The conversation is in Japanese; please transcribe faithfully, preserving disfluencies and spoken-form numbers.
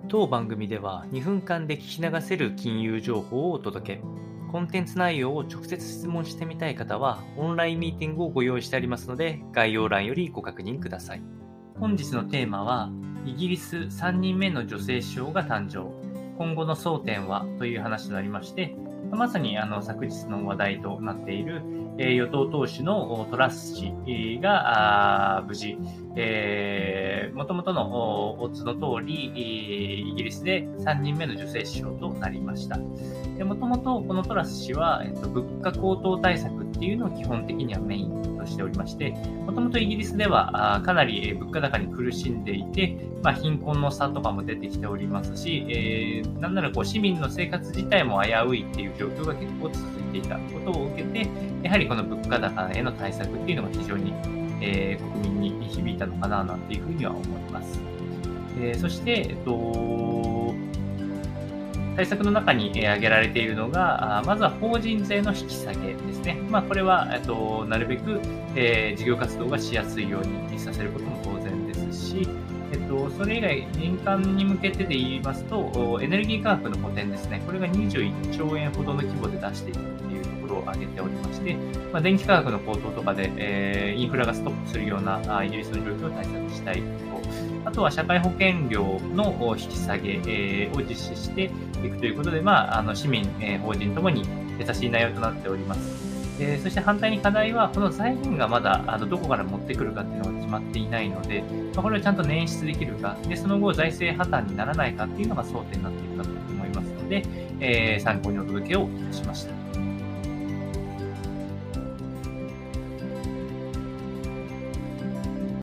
当番組ではにふんかんで聞き流せる金融情報をお届け。コンテンツ内容を直接質問してみたい方はオンラインミーティングをご用意してありますので、概要欄よりご確認ください。本日のテーマは、イギリスさんにんめの女性首相が誕生。今後の争点はという話となりまして、まさにあの昨日の話題となっている、えー、与党党首のトラス氏が無事、えー、元々のオッズの通り、イギリスでさんにんめの女性首相となりました。もともとこのトラス氏は、えっと、物価高騰対策っていうのを基本的にはメインとしておりまして、もともとイギリスではかなり物価高に苦しんでいて、まあ、貧困の差とかも出てきておりますし、えー、なんならこう市民の生活自体も危ういっていう状況が結構続いていたことを受けて、やはりこの物価高への対策っていうのが非常に、えー、国民に響いたのかななんていうふうには思います。えー、そして、えっと、対策の中に挙げられているのが、まずは法人税の引き下げですね。まあ、これは、えっと、なるべく、えー、事業活動がしやすいようにさせることも当然ですし、えっと、それ以外、民間に向けてで言いますと、エネルギー価格の補填ですね。これがにじゅういっちょうえんほどの規模で出していくっていうところを挙げておりまして、まあ、電気価格の高騰とかで、えー、インフラがストップするようなイギリスの状況を対策したいこと。あとは社会保険料の引き下げ、えー、を実施していくということで、まあ、あの市民、えー、法人ともに優しい内容となっております。えー、そして反対に課題は、この財源がまだあのどこから持ってくるかっていうのが決まっていないので、まあ、これをちゃんと捻出できるか、でその後財政破綻にならないかっていうのが争点になっているかと思いますので、えー、参考にお届けをいたしました。